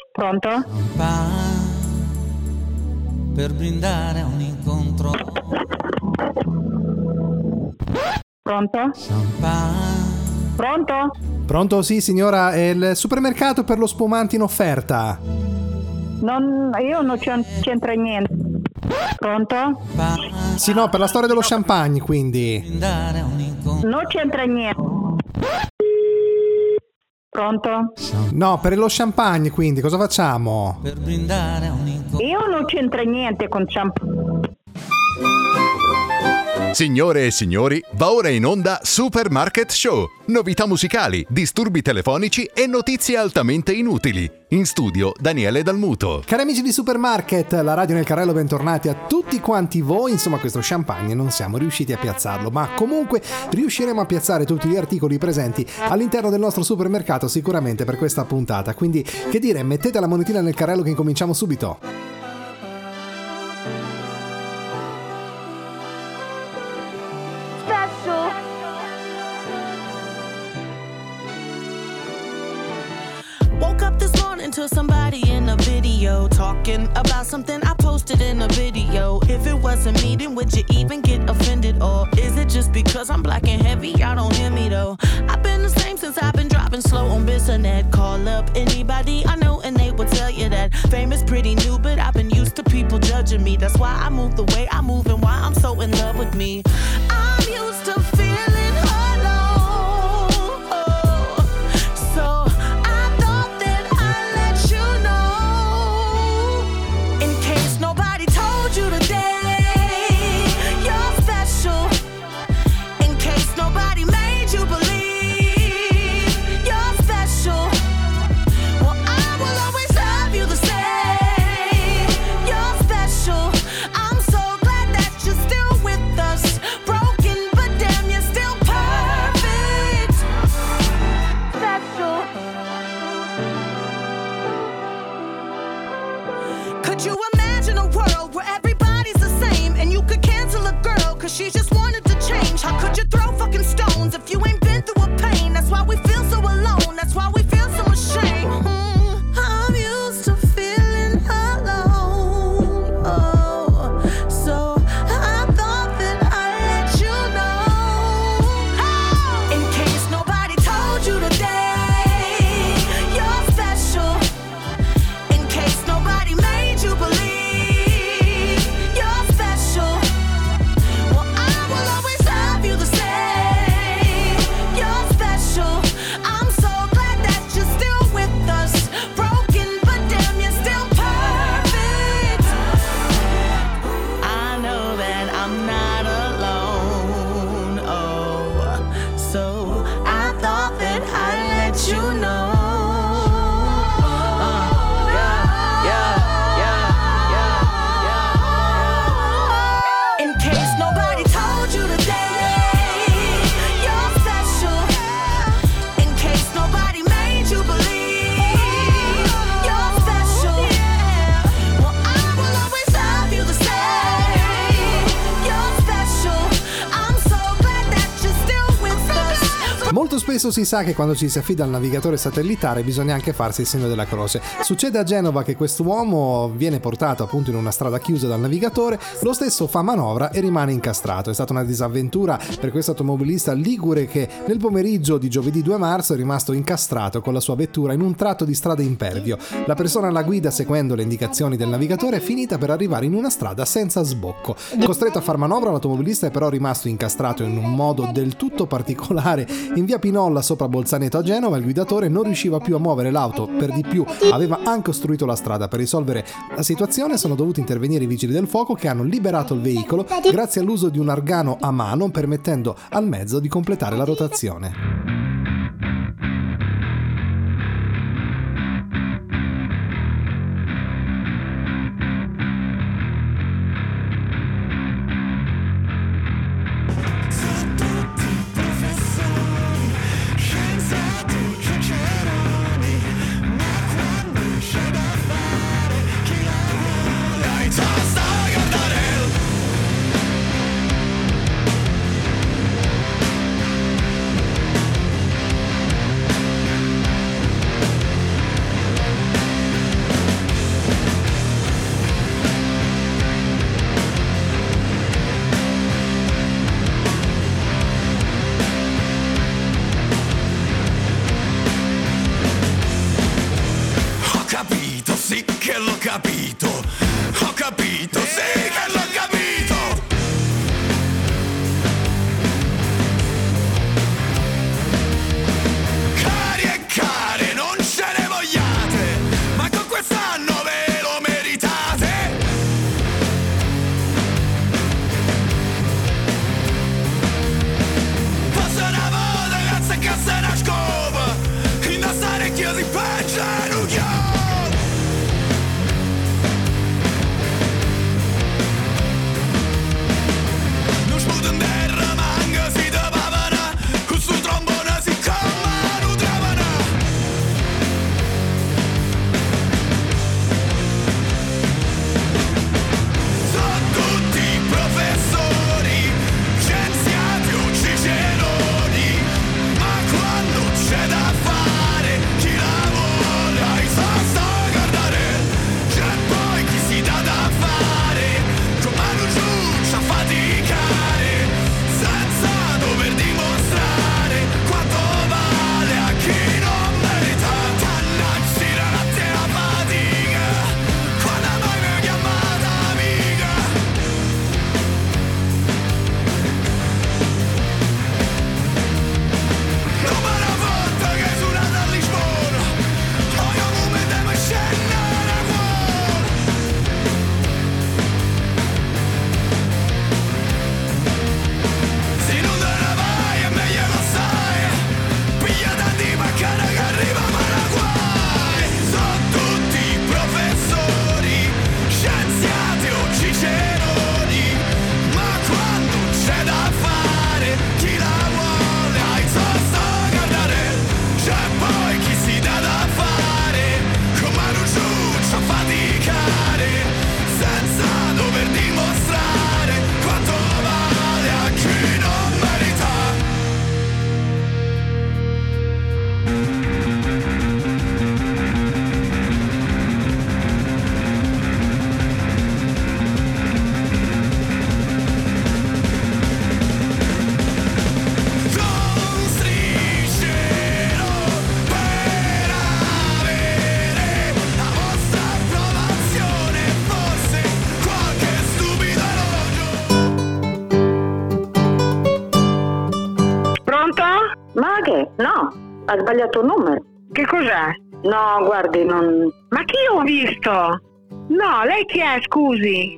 Pronto? Per brindare a un incontro. Pronto? Pronto? Pronto, sì signora, è il supermercato per lo spumante in offerta. Io non c'entra niente. Pronto? Sì, no, per la storia dello champagne, quindi. Non c'entra niente. Pronto? No, per lo champagne, quindi, cosa facciamo? Per brindare a un incontro. Io non c'entra niente con champagne. Signore e signori, va ora in onda Supermarket Show. Novità musicali, disturbi telefonici e notizie altamente inutili. In studio Daniele Dalmuto. Cari amici di Supermarket, la radio nel carrello, bentornati a tutti quanti voi. Insomma, questo champagne non siamo riusciti a piazzarlo, ma comunque riusciremo a piazzare tutti gli articoli presenti all'interno del nostro supermercato sicuramente per questa puntata. Quindi, che dire, mettete la monetina nel carrello che incominciamo subito. To somebody in a video talking about something I posted in a video. If it wasn't me, then would you even get offended? Or is it just because I'm black and heavy, y'all don't hear me though? I've been the same since I've been driving slow on Bissonnet. Call up anybody I know and they will tell you that fame is pretty new, but I've been used to people judging me. That's why I move the way I move and why I'm so in love with me. I'm used to feeling alone, so she just wanted to change. How could you throw fucking stones if you ain't been through a pain? That's why we feel so alone. That's why we feel so ashamed. I'm used to feeling alone. Oh, so I thought that I'd let you know. In case nobody told you today, you're special. In case nobody made you believe you're special. Molto spesso si sa che quando ci si affida al navigatore satellitare bisogna anche farsi il segno della croce. Succede a Genova che quest'uomo viene portato appunto in una strada chiusa dal navigatore, lo stesso fa manovra e rimane incastrato. È stata una disavventura per questo automobilista ligure che nel pomeriggio di giovedì 2 marzo è rimasto incastrato con la sua vettura in un tratto di strada impervio. La persona alla guida, seguendo le indicazioni del navigatore, è finita per arrivare in una strada senza sbocco. Costretto a far manovra, l'automobilista è però rimasto incastrato in un modo del tutto particolare in via Pinolla sopra Bolzaneto a Genova. Il guidatore non riusciva più a muovere l'auto, per di più aveva anche ostruito la strada. Per risolvere la situazione sono dovuti intervenire i vigili del fuoco, che hanno liberato il veicolo grazie all'uso di un argano a mano, permettendo al mezzo di completare la rotazione. che l'ho capito, ho capito, sì che l'ho capito. Cari e care, non ce ne vogliate, ma con quest'anno ve lo meritate. Posso una volta cazzo e cazzo una scopa, indossare chiusi faccia e un non sputo in terra, manca si tapavano, con sul trombone si comano trovano. Sono tutti professori, scienziati o ciceroni, ma quando c'è da fare, chi lavora i sta a guardare. C'è poi chi si dà da fare, con mano giù a faticare, senza dover dimostrare quanto vale a chi non merita. Dannaggi la notte e la fatica, quando mai mi ha chiamata amica. Non me la volta che è suonata a Lisbona, poi un momento mi scende la cuore. Se non te ne vai è meglio lo sai, piglia tanti mancare che arriva ma la guai. Sono tutti professori, scienziati o ciceroni, ma quando c'è da fare, chi la vuole ai sta a guardare. C'è poi chi si dà da fare, con mano giù a faticare, senza dover dimostrare quanto vale a chi non merita. Non striscerò per avere la vostra approvazione, forse qualche stupido elogio. Pronto? Ma che? No, ha sbagliato il numero. Che cos'è? No, guardi, non... Ma chi ho visto? No, lei chi è, scusi?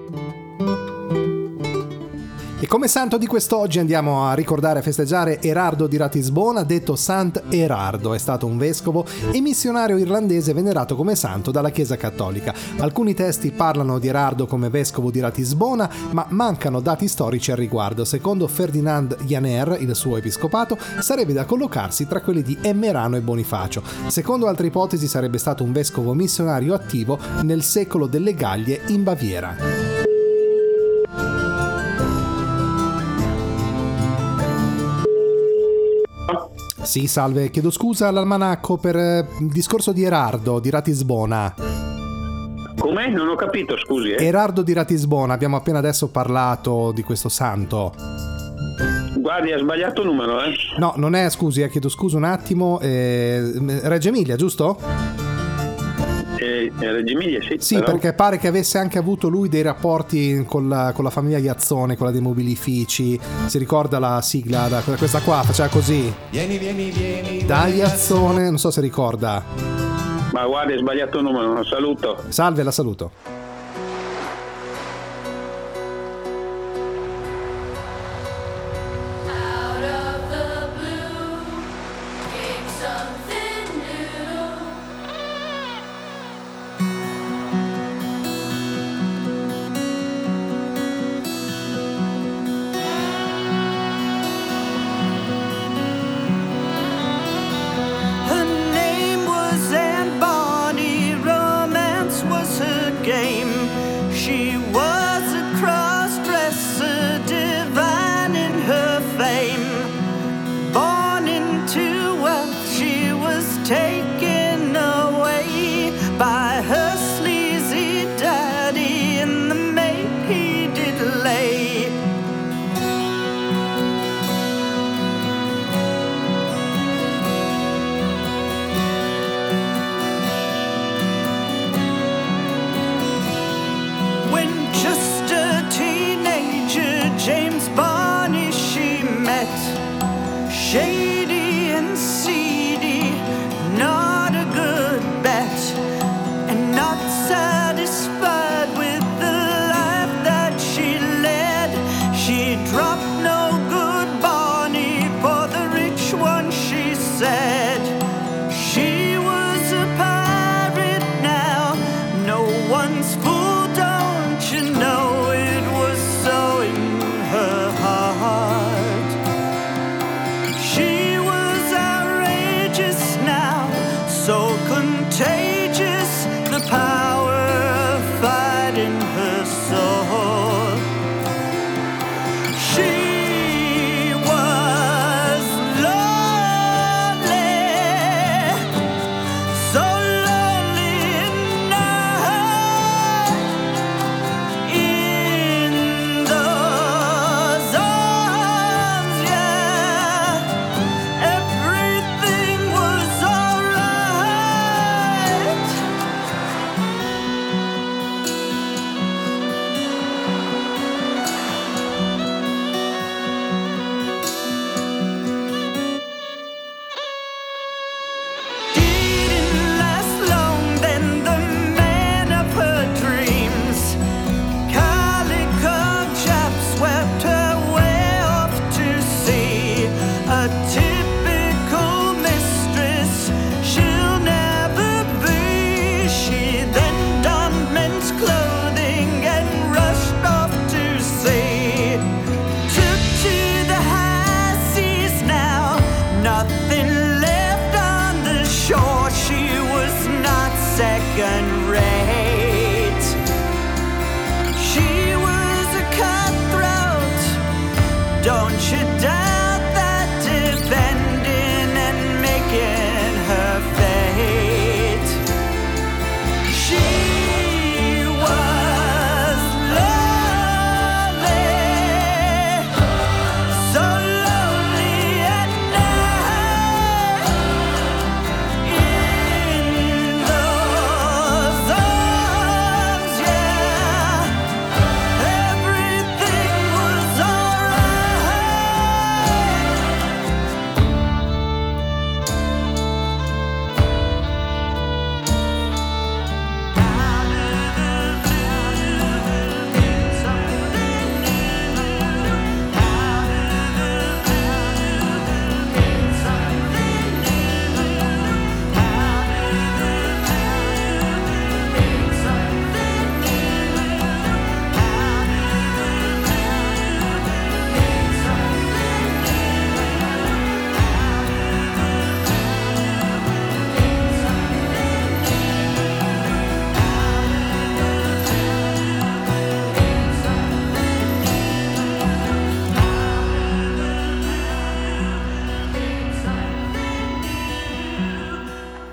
E come santo di quest'oggi andiamo a ricordare e festeggiare Erardo di Ratisbona, detto Sant Erardo. È stato un vescovo e missionario irlandese venerato come santo dalla Chiesa Cattolica. Alcuni testi parlano di Erardo come vescovo di Ratisbona, ma mancano dati storici al riguardo. Secondo Ferdinand Janer, il suo episcopato sarebbe da collocarsi tra quelli di Emmerano e Bonifacio. Secondo altre ipotesi sarebbe stato un vescovo missionario attivo nel secolo delle Gallie in Baviera. Sì, salve, chiedo scusa all'almanacco per il discorso di Erardo di Ratisbona. Come? Non ho capito, scusi. Erardo di Ratisbona, abbiamo appena adesso parlato di questo santo. Guardi, ha sbagliato il numero, No, non è, scusi, chiedo scusa un attimo. Reggio Emilia, giusto? Reggio Emilia, sì. Sì, però... perché pare che avesse anche avuto lui dei rapporti con la famiglia Iazzone, quella dei mobilifici. Si ricorda la sigla, questa qua, faceva così. Vieni. Da Iazzone, non so se ricorda. Ma guardi, ha sbagliato il numero, un saluto. Salve, la saluto. Her name was Anne Bonny, romance was her game.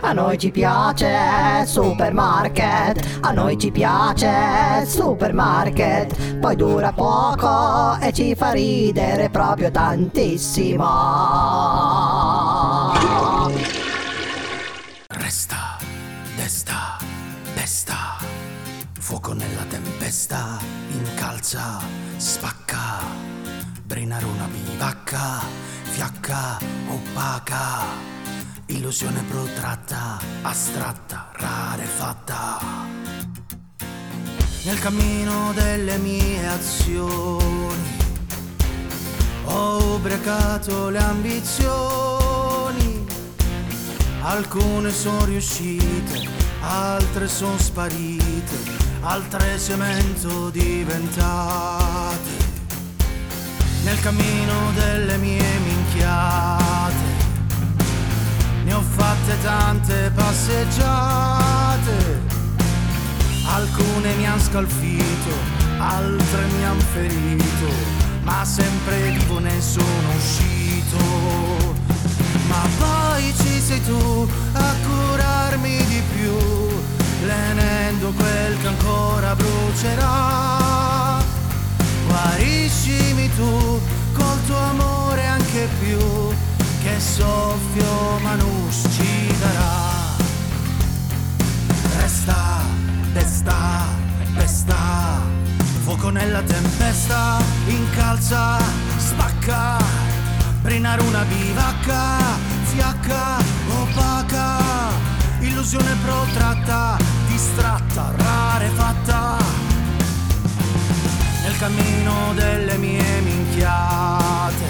a noi ci piace Supermarket, a noi ci piace Supermarket, poi dura poco e ci fa ridere proprio tantissimo. Resta, desta, desta, fuoco nella tempesta, incalza, spacca, brinare una bivacca, fiacca, opaca, illusione protratta, astratta, rarefatta. Nel cammino delle mie azioni ho ubriacato le ambizioni, alcune sono riuscite, altre sono sparite, altre cemento diventate. Nel cammino delle mie minchiate ne ho fatte tante passeggiate, alcune mi han scalfito, altre mi han ferito, ma sempre vivo ne sono uscito. Ma poi ci sei tu a curarmi di più, lenendo quel che ancora brucerà. Guariscimi tu col tuo amore anche più, che soffio manus ci darà. Resta, desta, pesta, fuoco nella tempesta, incalza, spacca, brinare una bivacca, fiacca, opaca, illusione protratta, distratta, rarefatta. Nel cammino delle mie minchiate,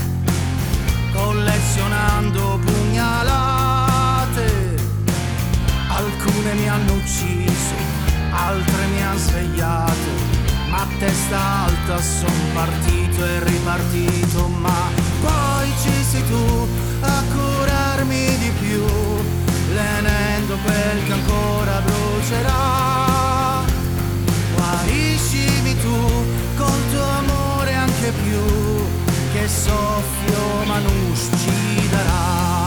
collezionando pugnalate, alcune mi hanno ucciso, altre mi han svegliato, ma a testa alta son partito e ripartito. Ma poi ci sei tu a curarmi di più, lenendo quel che ancora brucerà. Guariscimi tu col tuo amore anche più, che soffio manus ci darà.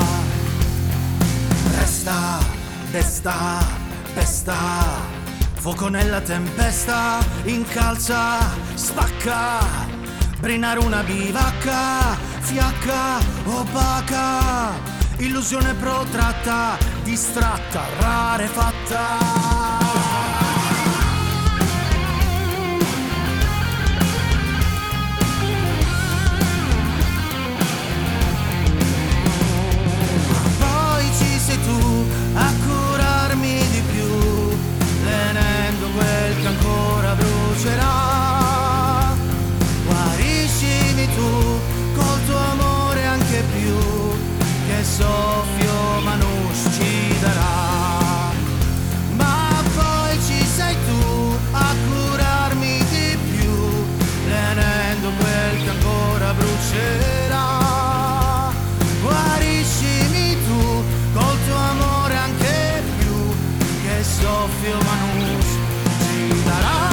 Resta, desta, pesta, fuoco nella tempesta, incalza, spacca, brinare una bivacca, fiacca, opaca, illusione protratta, distratta, rarefatta. Tu a curarmi di più, lenendo quel che ancora brucerà. Guariscimi tu col tuo amore anche più, che soffio manus ci darà. Ma poi ci sei tu a curarmi di più, lenendo quel che ancora brucerà. Guariscimi tu col tuo amore anche più, che soffio manus ci darà.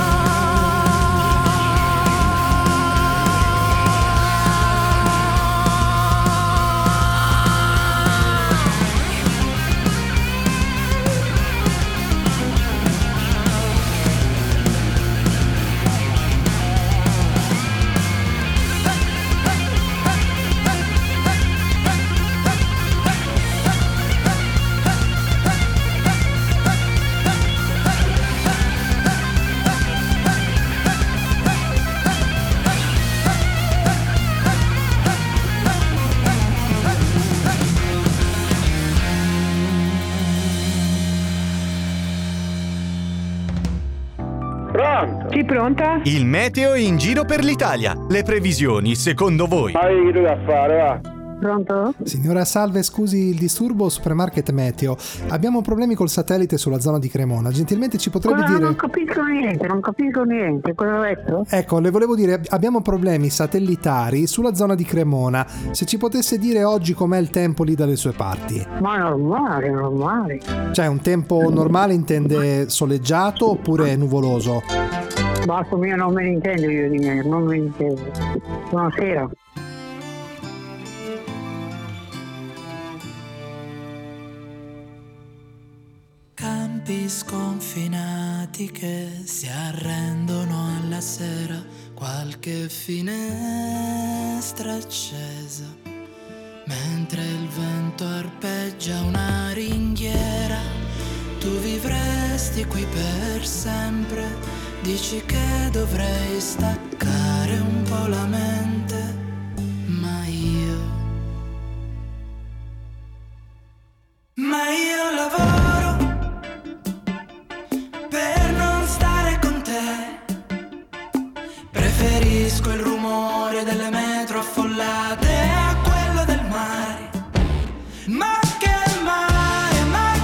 Pronto? Sì, pronta? Il meteo in giro per l'Italia. Le previsioni, secondo voi? Ma che tu da fare, va? Pronto? Signora, salve, scusi il disturbo, Supermarket Meteo. Abbiamo problemi col satellite sulla zona di Cremona. Gentilmente ci potrebbe dire... Non capisco niente. Cosa ho detto? Ecco, le volevo dire, abbiamo problemi satellitari sulla zona di Cremona. Se ci potesse dire oggi com'è il tempo lì dalle sue parti. Ma normale. Cioè, un tempo normale intende soleggiato oppure nuvoloso? Basta, io non me ne intendo io di me, non me ne intendo. Buonasera. tempi sconfinati che si arrendono alla sera, qualche finestra accesa, mentre il vento arpeggia una ringhiera. Tu vivresti qui per sempre, dici che dovrei staccare un po' la mente, ma io lavoro per non stare con te. Preferisco il rumore delle metro affollate a quello del mare. Ma che mare,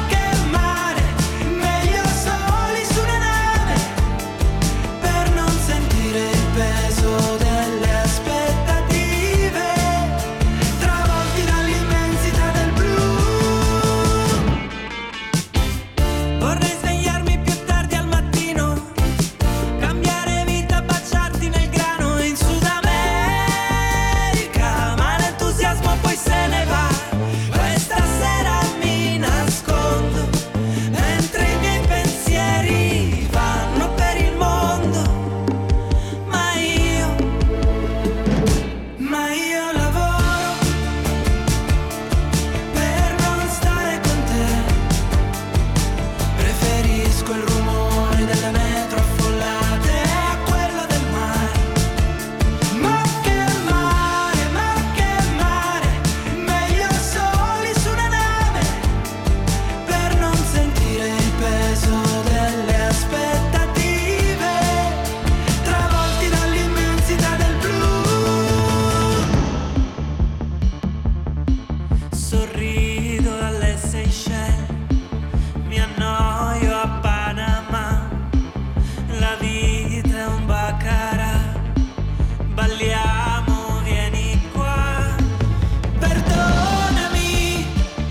meglio soli su una nave, per non sentire il peso delle aspettative, travolti dall'immensità del blu. Vorrei svegliarmi più tardi al mattino, cambiare vita, baciarti nel grano in Sud America, ma l'entusiasmo poi se ne va. Questa sera mi nascondo, mentre i miei pensieri vanno per il mondo. Ma io lavoro per non stare con te. Preferisco il rumore delle metro affollate a quello del mare. Ma che mare, meglio soli su una nave, per non sentire il peso delle aspettative, travolti dall'immensità del blu. Sorrido alle Seychelles, mi annoio a Panama, la vita è un baccarat, balliamo, vieni qua. Perdonami,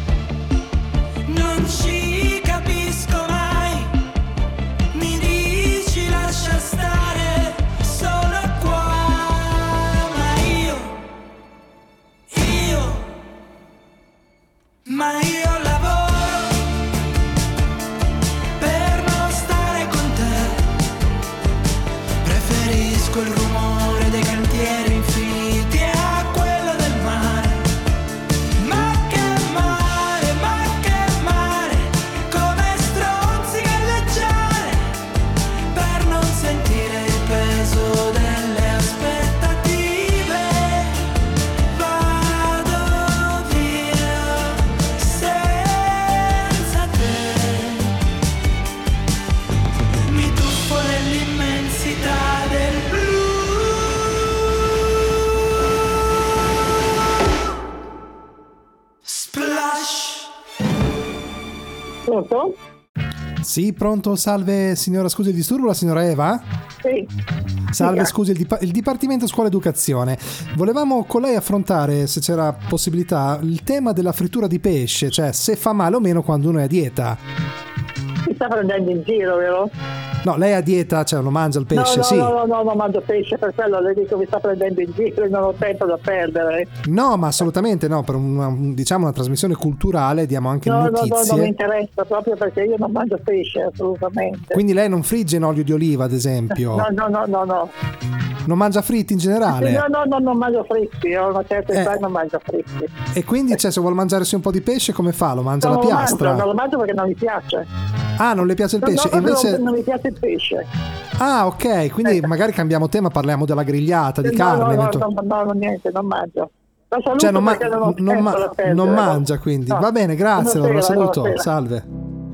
non ci capisco mai, mi dici lascia stare, sono qua. Ma io lavoro per non stare con te. Preferisco il rumore dei cantieri infiniti a quello del mare. Ma che mare, come stronzi galleggiare, per non sentire il peso delle aspettative. Vado via senza te, mi tuffo nell'immensità del blu. Splash. Pronto? Sì, pronto, salve signora, scusi il disturbo, la signora Eva? Sì. Salve, Sì. scusi, il Dipartimento Scuola Educazione. Volevamo con lei affrontare, se c'era possibilità, il tema della frittura di pesce, cioè se fa male o meno quando uno è a dieta. Mi sta prendendo in giro, vero? No, lei è a dieta, cioè non mangia il pesce, no, sì. No, non mangio pesce, per quello le dico mi sta prendendo in giro e non ho tempo da perdere. No, ma assolutamente no, per una trasmissione culturale diamo anche notizie. No, non mi interessa, proprio perché io non mangio pesce, assolutamente. Quindi lei non frigge in olio di oliva, ad esempio? No. Non mangia fritti in generale? No, non mangio fritti, ho una certa età e non mangio fritti. E quindi, cioè, se vuole mangiarsi un po' di pesce, come fa? Lo mangia alla piastra? Non lo mangio perché non mi piace. Ah, non le piace il pesce? No, invece... non mi piace il pesce. Ah, ok, quindi magari cambiamo tema, parliamo della grigliata, di carne. No, niente, non mangio. La saluto, cioè non mangia, quindi. No. Va bene, grazie, allora lo saluto. Buonasera. Salve.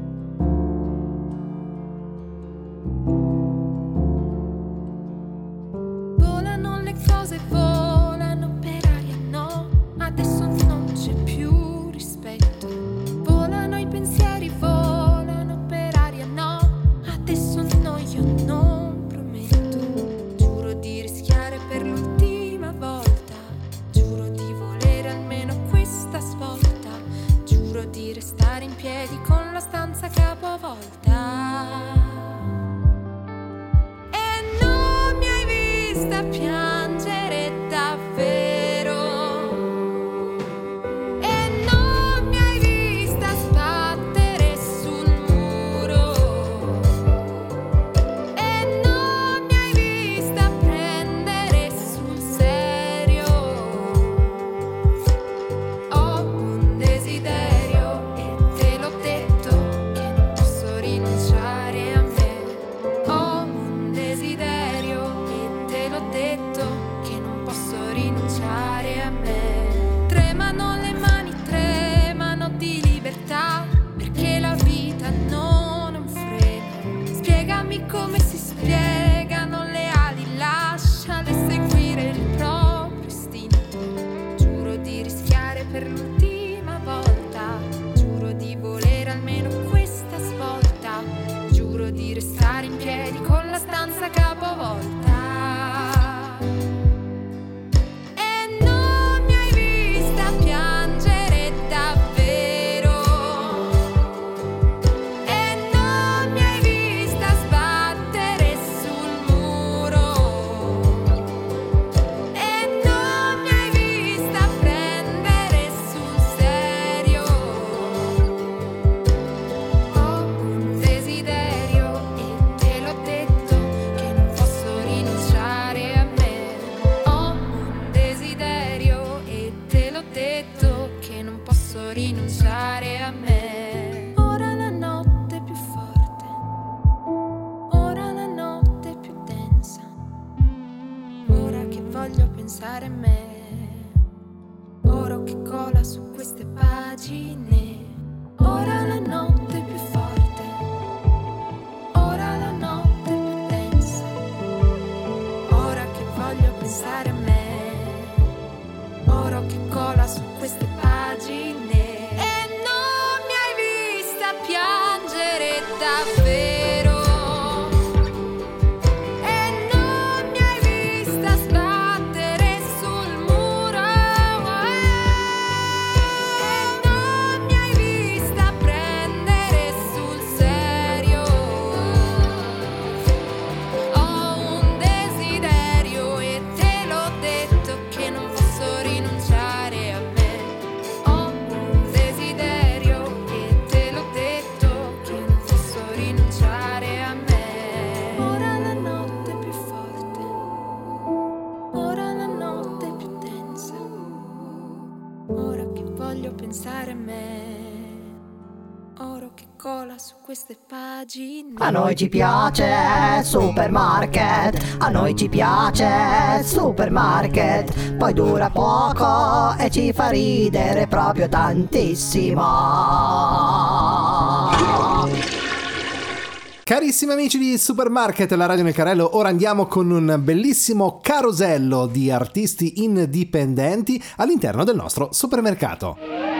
Volano le cose, volano per aria, no, adesso non c'è più rispetto. Volano i pensieri, volano per aria, no, adesso no, io non prometto. Giuro di rischiare per l'ultima volta, giuro di volere almeno questa svolta, giuro di restare in piedi con la pensare a me. Oro che cola su queste pagine. Ora la notte è più forte. Ora la notte è più densa. Ora che voglio pensare a me. Oro che cola su queste pagine. E non mi hai vista piangere davvero. Pensare a me, oro che cola su queste pagine. A noi ci piace Supermarket, a noi ci piace Supermarket, poi dura poco e ci fa ridere proprio tantissimo. Carissimi amici di Supermarket, la radio nel carrello, ora andiamo con un bellissimo carosello di artisti indipendenti all'interno del nostro supermercato.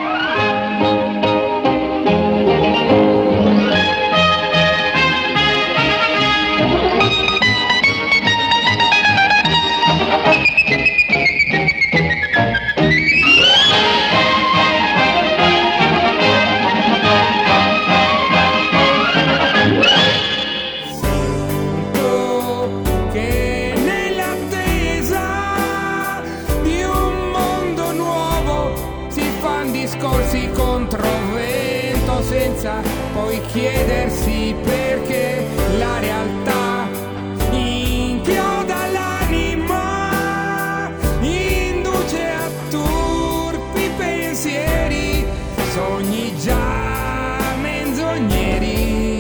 Poi chiedersi perché la realtà inchioda l'anima, induce a turpi pensieri, sogni già menzogneri.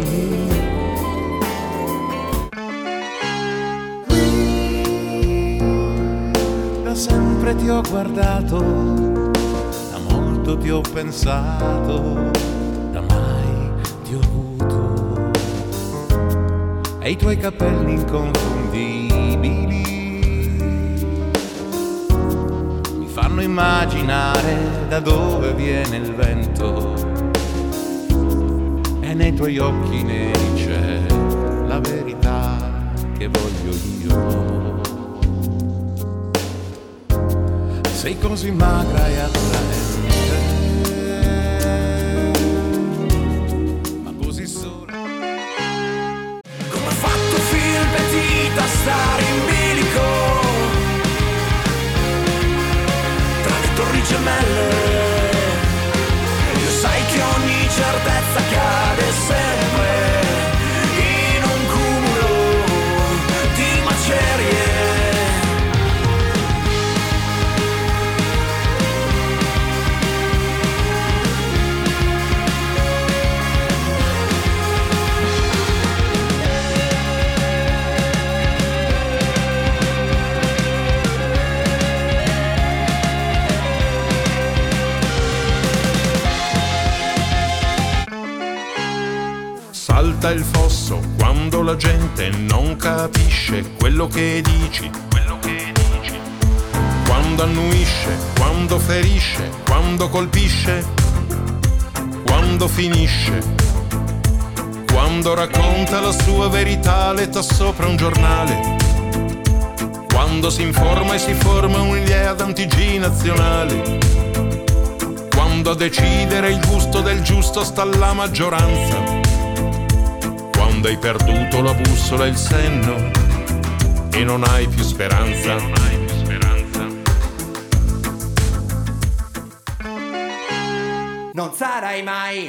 Da sempre ti ho guardato, da molto ti ho pensato, e i tuoi capelli inconfondibili mi fanno immaginare da dove viene il vento, e nei tuoi occhi neri c'è la verità che voglio io. Sei così magra e attraente, da stare in bilico tra le torri gemelle. Io sai che ogni certezza cade sempre in un cumulo di macerie. Salta il fosso quando la gente non capisce quello che dici, quando annuisce, quando ferisce, quando colpisce, quando finisce, quando racconta la sua verità letta sopra un giornale, quando si informa e si forma un'idea d'antigi nazionale, quando a decidere il gusto del giusto sta la maggioranza, quando hai perduto la bussola e il senno e non hai più speranza. Non sarai mai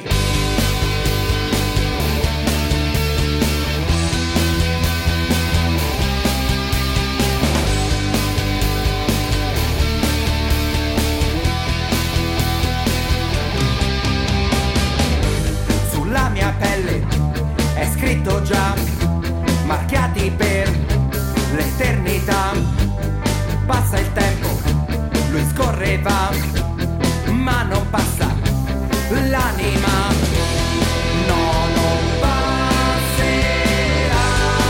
sulla mia pelle è scritto già, marchiati per l'eternità. Passa il tempo va, ma non passa l'anima. No, non passerà.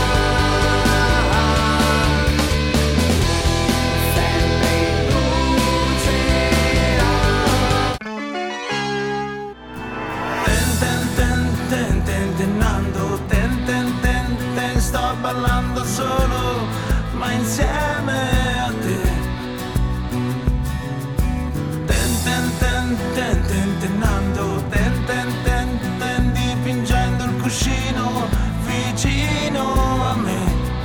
Sempre brucerà. Tentando, sto ballando solo, ma insieme a te. Tentando, dipingendo il cuscino vicino a me.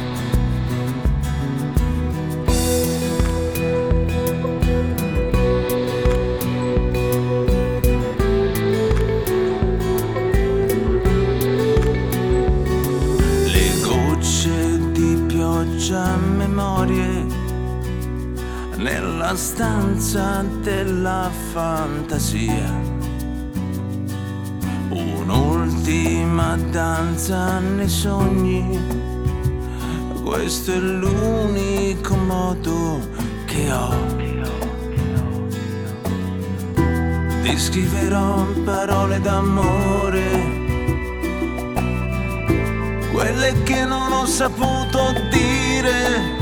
Le gocce di pioggia, memorie nella stanza della fantasia. Un'ultima danza nei sogni, questo è l'unico modo che ho. Ti scriverò parole d'amore, quelle che non ho saputo dire.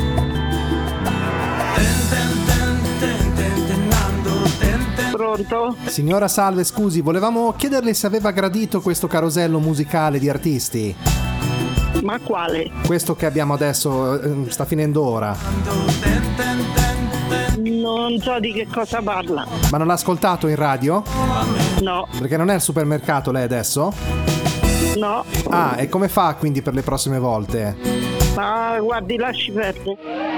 Pronto? Signora, salve, scusi, volevamo chiederle se aveva gradito questo carosello musicale di artisti. Ma quale? Questo che abbiamo adesso, sta finendo ora. Non so di che cosa parla. Ma non l'ha ascoltato in radio? No. Perché non è al supermercato lei adesso? No. Ah, e come fa quindi per le prossime volte? Ma guardi, lasci perdere.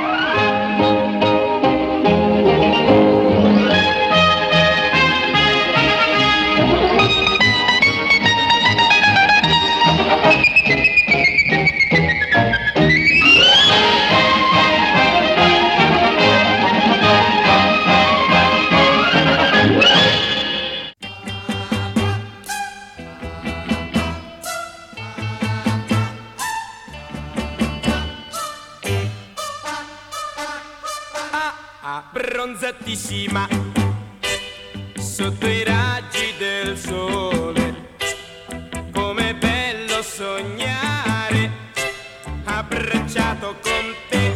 Bronzatissima sotto i raggi del sole, com'è bello sognare abbracciato con te.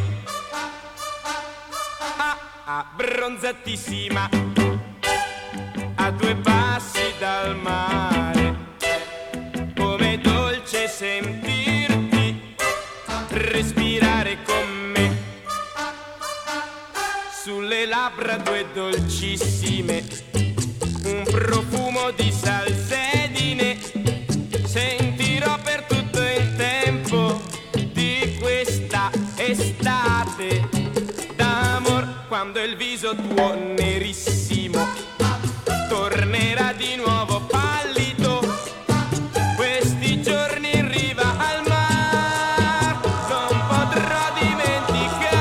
Bronzatissima a 2 passi dal mare, com'è dolce sentirti respirare con me. Sulle labbra 2 dolcissime, un profumo di salsedine, sentirò per tutto il tempo di questa estate d'amor, quando il viso tuo nerissimo tornerà di nuovo pallido. Questi giorni in riva al mar non potrò dimenticare.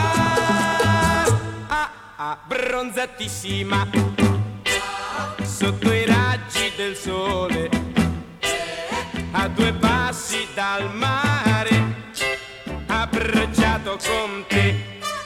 Bronzatissima sotto i raggi del sole, a 2 passi dal mare, abbracciato con te.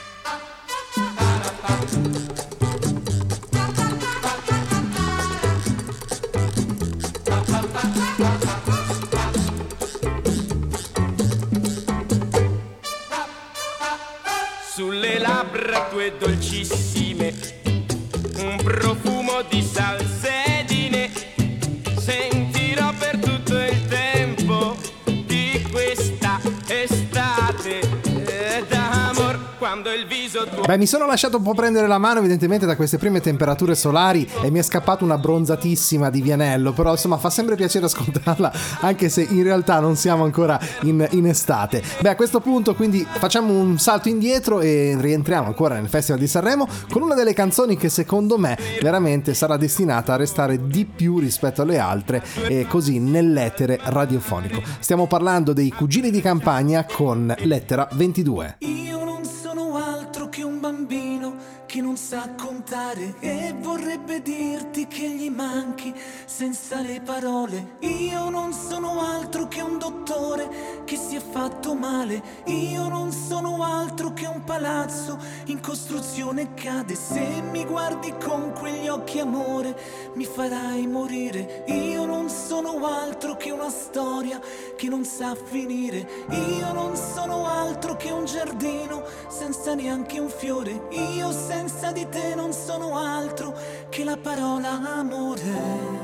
Sulle labbra 2 dolcissime, un profumo di salsedine, sentirò per tutto il tempo di questa estate d'amor, quando il viso tuo... Beh, mi sono lasciato un po' prendere la mano evidentemente da queste prime temperature solari e mi è scappata una bronzatissima di Vianello, però insomma fa sempre piacere ascoltarla anche se in realtà non siamo ancora in estate. Beh, a questo punto quindi facciamo un salto indietro e rientriamo ancora nel Festival di Sanremo con una delle canzoni che secondo me veramente sarà destinata a restare di più rispetto alle altre e così nell'etere radiofonico. Stiamo parlando dei Cugini di Campagna con Lettera 22. Io non sono altro che un bambino che non sa contare e vorrebbe dirti che gli manchi senza le parole. Io non sono altro che un dottore che si è fatto male. Io non sono altro che un palazzo in costruzione, cade. Se mi guardi con quegli occhi, amore, mi farai morire. Io non sono altro che una storia che non sa finire. Io non sono altro che un giardino senza neanche un fiore. Io senza di te non sono altro che la parola amore.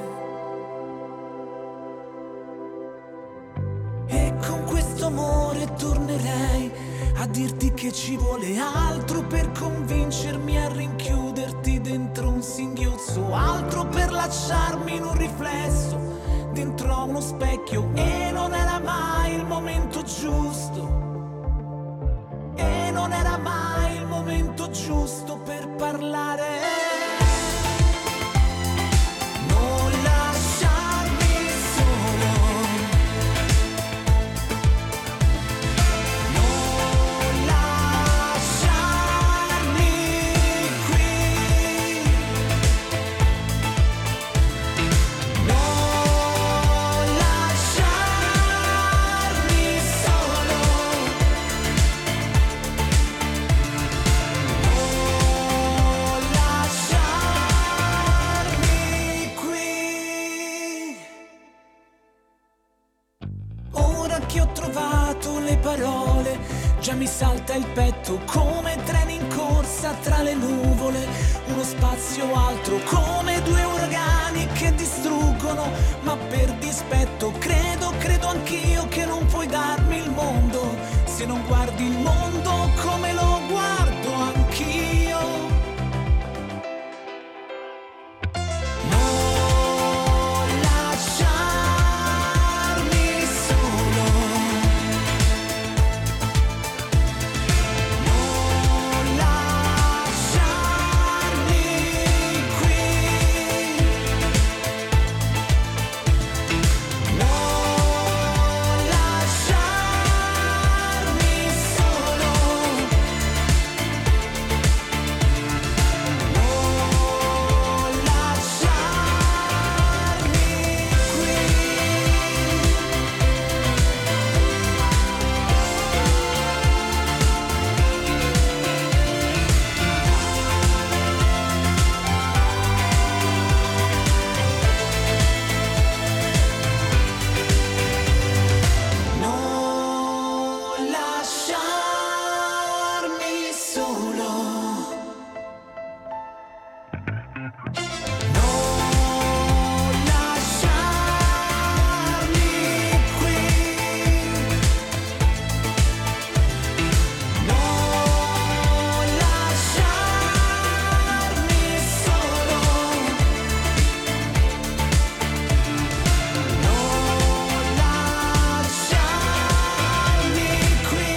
E con questo amore tornerei a dirti che ci vuole altro per convincermi a rinchiuderti dentro un singhiozzo, altro per lasciarmi in un riflesso dentro a uno specchio. E non era mai il momento giusto, e non era mai il momento giusto per parlare. Non lasciarmi solo, non lasciarmi qui, non lasciarmi solo, non lasciarmi qui. Ora che ho trovato le parole, già mi salta il petto come treni in corsa tra le nuvole. Uno spazio altro come due uragani che distruggono, ma per dispetto credo anch'io che non puoi darmi il mondo se non guardi il mondo come lo guardo anch'io. Non lasciarmi solo, non lasciarmi qui, non lasciarmi solo, non lasciarmi qui. Non lasciarmi solo, non lasciarmi qui, non lasciarmi solo, non lasciarmi qui.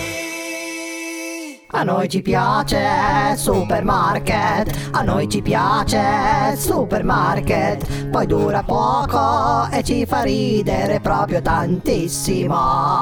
A noi ci piace Supermarket, a noi ci piace Supermarket, poi dura poco e ci fa ridere proprio tantissimo.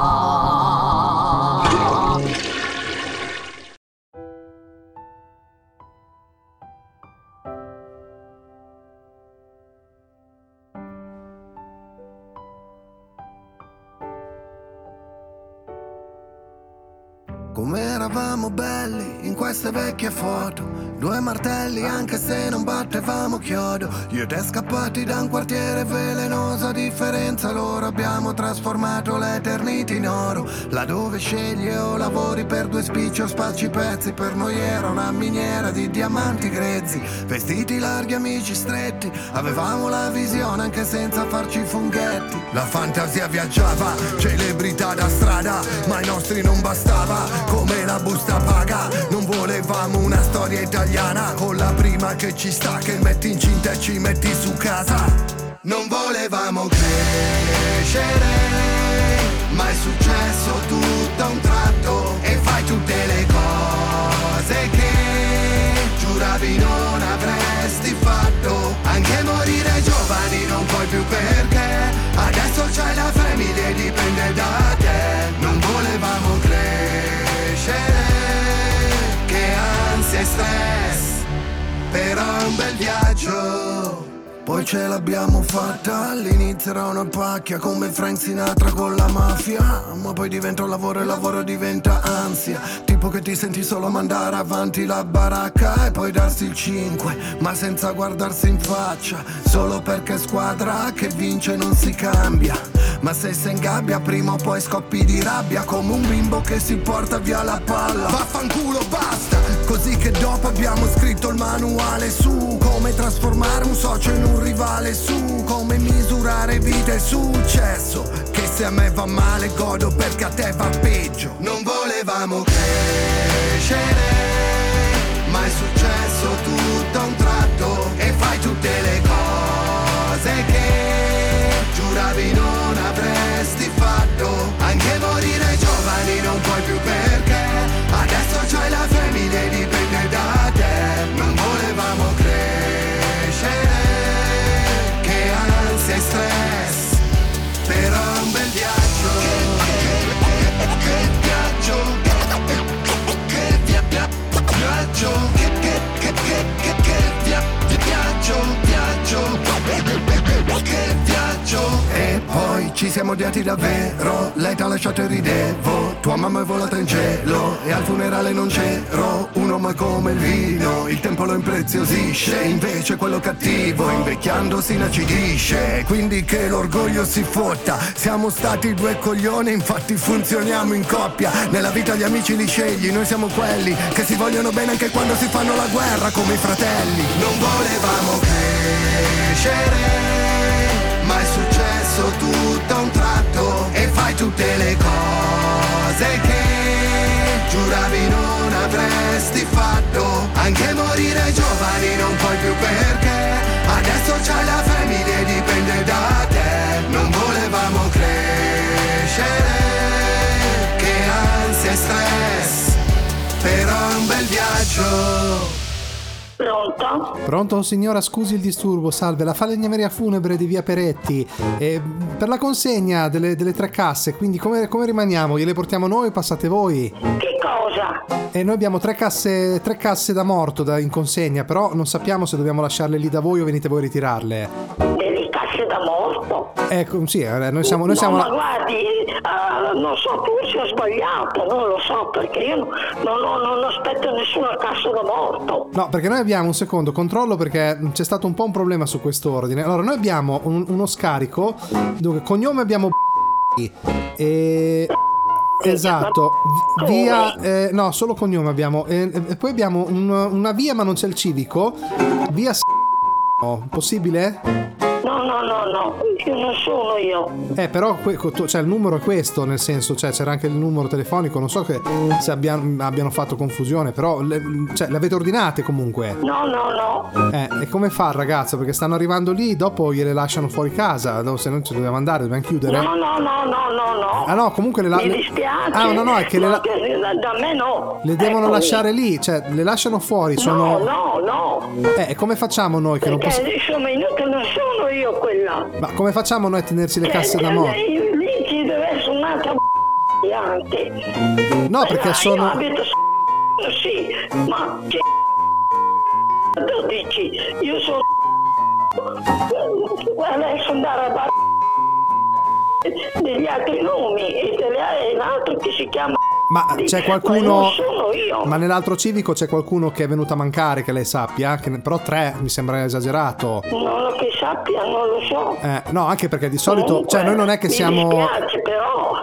Come eravamo belli in queste vecchie foto, due martelli anche se non battevamo chiodo. Io e te scappati da un quartiere velenoso, a differenza loro abbiamo trasformato l'eternità in oro. Laddove scegli o lavori per due spicci o spacci pezzi, per noi era una miniera di diamanti grezzi. Vestiti larghi, amici stretti, avevamo la visione anche senza farci funghetti. La fantasia viaggiava, celebrità da strada, ma ai nostri non bastava. Come la busta paga, non volevamo una storia italiana con la prima che ci sta, che metti incinta e ci metti su casa. Non volevamo crescere, ma è successo tutto a un tratto. E fai tutte le cose che giuravi non avresti fatto. Anche morire giovani non puoi più, perché adesso c'hai la famiglia e dipende da te. Non volevamo crescere, che ansia e stress, però è un bel viaggio. poi ce l'abbiamo fatta. All'inizio era una pacchia come Frank Sinatra con la mafia, ma poi diventa un lavoro e il lavoro diventa ansia. Tipo che ti senti solo mandare avanti la baracca e poi darsi il 5, ma senza guardarsi in faccia, solo perché squadra che vince non si cambia. Ma se sei in gabbia prima o poi scoppi di rabbia, come un bimbo che si porta via la palla. Vaffanculo, basta! Così che dopo abbiamo scritto il manuale su come trasformare un socio in un rivale, su come misurare vita e successo. Che se a me va male godo perché a te va peggio. Non volevamo crescere, ma è successo tutto a un tratto. E fai tutte le cose che giuravi non avresti fatto. Anche morire giovani non puoi più perché adesso c'hai la famiglia e dipende da te. Non volevamo crescere, che ansia e stress, però è un bel viaggio. Che viaggio, che viaggio, che viaggio. E poi ci siamo odiati davvero, lei t'ha lasciato e ridevo, tua mamma è volata in cielo e al funerale non c'ero. Un uomo è come il vino, il tempo lo impreziosisce, invece quello cattivo invecchiando si inacidisce. Quindi che l'orgoglio si fotta, siamo stati due coglioni, infatti funzioniamo in coppia. Nella vita gli amici li scegli, noi siamo quelli che si vogliono bene anche quando si fanno la guerra come i fratelli. Non volevamo crescere, ma è successo tutto a un tratto. E fai tutte le cose che giuravi non avresti fatto. Anche morire giovani non puoi più perché adesso c'hai la famiglia e dipende da te. Non volevamo crescere, che ansia e stress, però è un bel viaggio. Pronto? Pronto signora, scusi il disturbo, salve, la falegnameria funebre di via Peretti, per la consegna delle 3 casse, quindi come rimaniamo? Gliele portiamo noi o passate voi? Che cosa? Noi abbiamo 3 casse da morto in consegna, però non sappiamo se dobbiamo lasciarle lì da voi o venite voi a ritirarle. Delle casse da morto? Ecco, sì, noi siamo no, la... ma guardi, non so, forse ho sbagliato, non lo so, perché io non aspetto nessuna cassa da morto. No, perché noi abbiamo un secondo controllo, perché c'è stato un po' un problema su quest'ordine. Allora, noi abbiamo uno scarico dove cognome abbiamo e... Esatto, via no, solo cognome abbiamo e poi abbiamo una via ma non c'è il civico, via possibile? No, io non sono io. Però cioè il numero è questo, nel senso, cioè c'era anche il numero telefonico, non so se abbiano fatto confusione, però le avete ordinate comunque. No. E come fa il ragazzo? Perché stanno arrivando lì, dopo gliele lasciano fuori casa, se non ci dobbiamo andare, dobbiamo chiudere. No. Ah no, comunque mi dispiace. Ah no, è che da me no. Le devono lasciare lì, cioè le lasciano fuori, sono... No. E come facciamo noi che non possiamo... Insomma, non sono io quella. Ma come facciamo noi a tenerci le casse da morto? Lì ci deve essere un'altra anche. No, perché sono... Io abito sì, ma che tu dici? Io sono adesso andare a degli altri nomi e l'altro che si chiama... Ma c'è qualcuno... non sono io. Ma nell'altro civico c'è qualcuno che è venuto a mancare, che lei sappia? Però 3 mi sembra esagerato. Non che sappia, non lo so. No, anche perché di solito... Comunque, cioè noi non è che siamo... Mi dispiace però...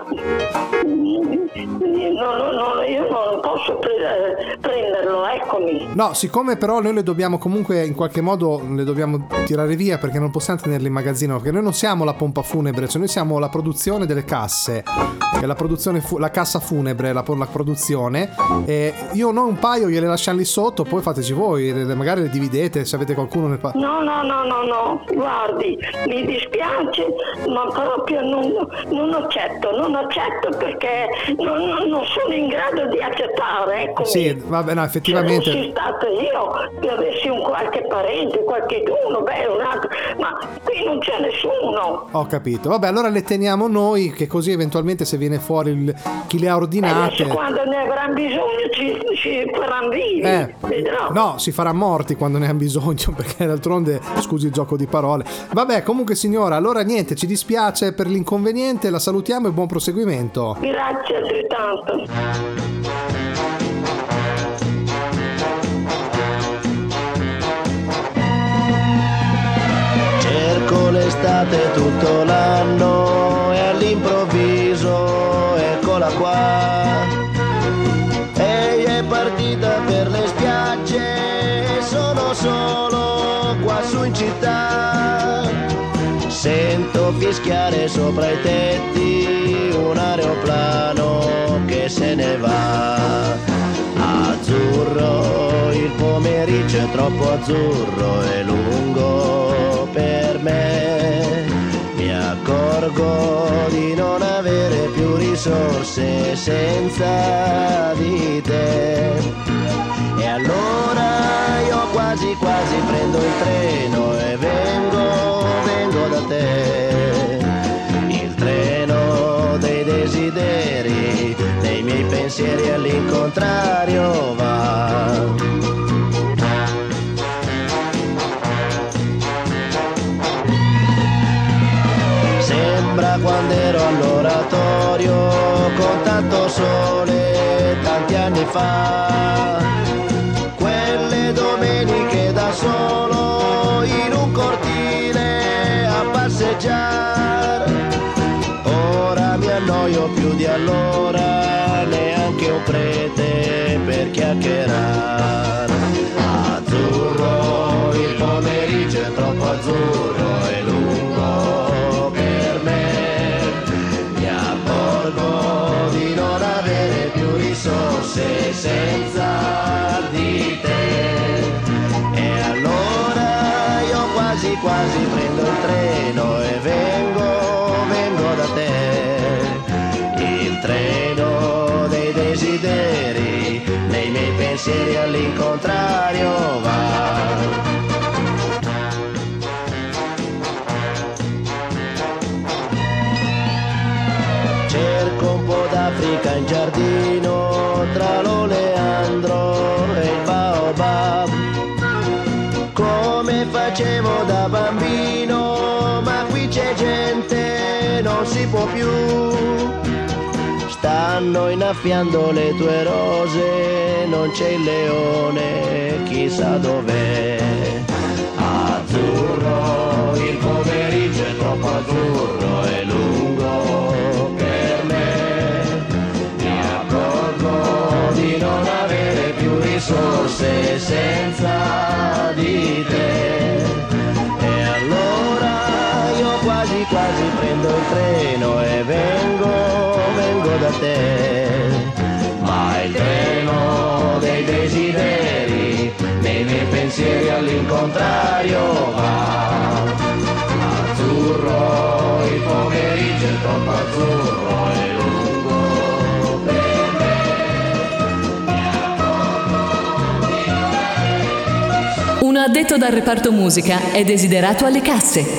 io non posso prenderlo, eccomi. No, siccome però noi le dobbiamo comunque in qualche modo le dobbiamo tirare via, perché non possiamo tenerle in magazzino, perché noi non siamo la pompa funebre, cioè noi siamo la produzione delle casse, che è la produzione la cassa funebre, la produzione, e io non un paio gliele lasciamo lì sotto, poi fateci voi, magari le dividete se avete qualcuno nel No, guardi, mi dispiace, ma proprio non accetto perché non non sono in grado di accettare, ecco. Sì, vabbè, no, effettivamente. Se fossi stata io, che avessi un qualche parente, qualcheduno, un altro, ma qui non c'è nessuno. Ho capito. Vabbè, allora le teniamo noi, che così eventualmente se viene fuori chi le ha ordinate. Adesso quando ne avranno bisogno ci faranno vivi. Vedrò. No, si farà morti quando ne hanno bisogno, perché d'altronde, scusi il gioco di parole. Vabbè, comunque signora, allora niente, ci dispiace per l'inconveniente, la salutiamo e buon proseguimento. Grazie altrettanto. Cerco l'estate tutto l'anno e all'improvviso eccola qua. Ehi, è partita per le spiagge, sono solo qua su in città. Sento fischiare sopra i tetti un aeroplano che se ne va. Azzurro, il pomeriggio è troppo azzurro e lungo per me. Mi accorgo di non avere più risorse senza di te. E allora io quasi prendo il treno e vengo da te. Il treno dei desideri, dei miei pensieri all'incontrario va. Sembra quando ero all'oratorio con tanto sole tanti anni fa. Quelle domeniche da solo in un cortile a passeggiare. Ora mi annoio più di allora, neanche un prete per chiacchierare. Azzurro, il pomeriggio è troppo azzurro e lungo per me. Mi accorgo di non avere più risorse senza di te. E allora io quasi prendo il treno e vengo da te. Il treno dei desideri, dei miei pensieri all'incontrario va. Cerco un po' d'Africa in giardino tra l'oleandro e il baobab, come facevo da bambino, ma qui c'è gente, non si può più. Stanno innaffiando le tue rose, non c'è il leone, chissà dov'è. Azzurro, il pomeriggio è troppo azzurro e lungo per me. Mi accorgo di non avere più risorse senza di te. E allora io quasi prendo il treno e vengo da te. Ma il treno dei desideri, dei miei pensieri all'incontrario va. Azzurro, il pomeriggio è troppo azzurro e lungo per me. Uno addetto dal reparto musica è desiderato alle casse.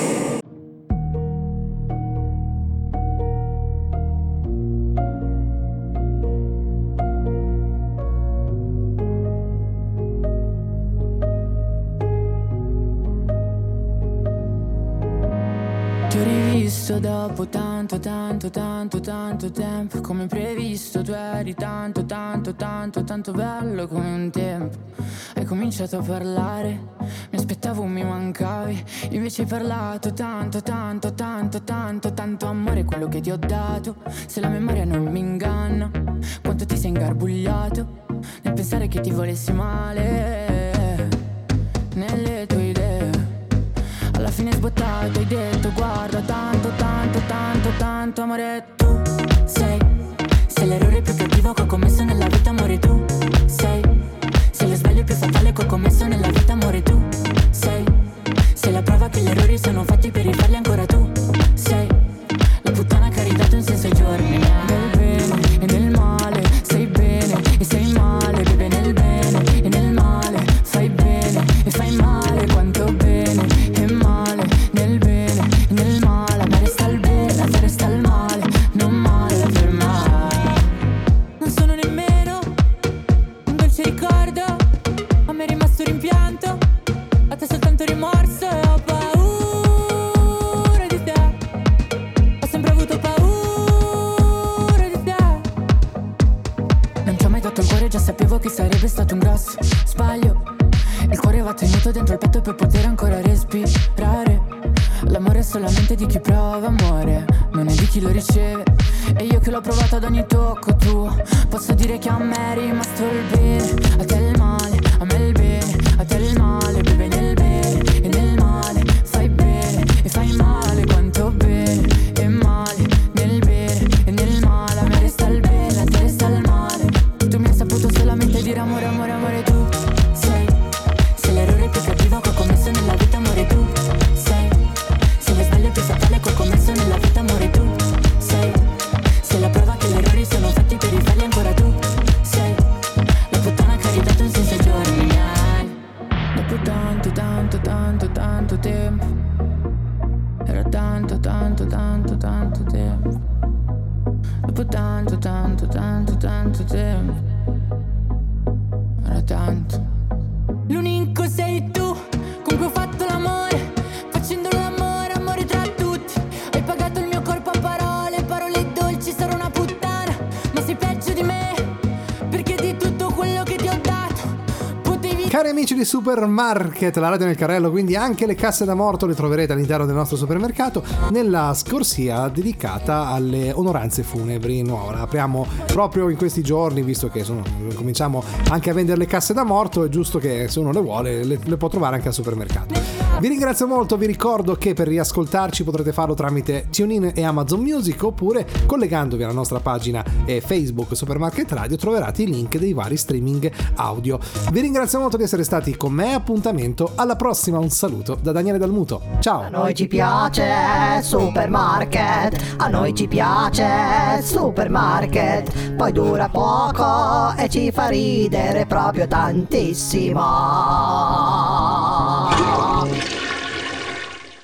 Dopo tanto tempo, come previsto tu eri tanto bello come un tempo. Hai cominciato a parlare, mi aspettavo mi mancavi, invece hai parlato tanto amore, quello che ti ho dato. Se la memoria non mi inganna, quanto ti sei ingarbugliato nel pensare che ti volessi male nelle tue idee. Alla fine sbottato hai detto guarda tanto amore, tu sei l'errore più cattivo che ho commesso nella vita, amore, tu sei lo sbaglio più fatale che ho commesso nella vita, amore, tu sei la prova che gli errori sono fatti per rifarli ancora, tu sei la puttana che ha ridato un senso ai giorni, nel bene e nel male. sapevo che sarebbe stato un grosso sbaglio. Il cuore va tenuto dentro il petto per poter ancora respirare. L'amore è solamente di chi prova amore, non è di chi lo riceve. E io che l'ho provato ad ogni tocco tuo, posso dire che a me è rimasto il bene. A te il male, a me il bene. A te il male, beve nel bene e nel male. Fai bene e fai male, quanto bene e male. Nel bene e nel male, a me resta il bene, a te resta il male. Tu mi hai saputo solamente dire amore, amore, amore. Tu sei l'errore più cattivo che ho commesso nella vita, amore. Tu sei lo sbaglio più fatale che ho commesso nella vita, amore. Tu sei la prova che gli errori sono fatti per rifarli ancora. Tu sei la puttana che ha ridato un senso ai giorni miei. Dopo tanto, tanto, tanto, tanto tempo, era tanto, tanto, tanto, tanto tempo. Dopo tanto, tanto, tanto, tanto tempo, era tanto. L'unico sei tu con cui ho fatto l'amore, facendo l'amore, amore tra tutti. Hai pagato il mio corpo a parole, parole dolci, sarò una puttana, ma sei peggio di me, perché di tutto quello che ti ho dato potevi... Cari amici di Supermarket, la radio nel carrello, quindi anche le casse da morto le troverete all'interno del nostro supermercato nella scorsia dedicata alle onoranze funebri. No, la apriamo proprio in questi giorni, visto che cominciamo anche a vendere le casse da morto, è giusto che se uno le vuole le può trovare anche al supermercato. Vi ringrazio molto, vi ricordo che per riascoltarci potrete farlo tramite TuneIn e Amazon Music, oppure collegandovi alla nostra pagina Facebook Supermarket Radio troverete i link dei vari streaming audio. Vi ringrazio molto di essere stati con me, appuntamento alla prossima, un saluto da Daniele Dalmuto, ciao. A noi ci piace Supermarket, a noi ci piace Supermarket, poi dura poco e ci fa ridere proprio tantissimo.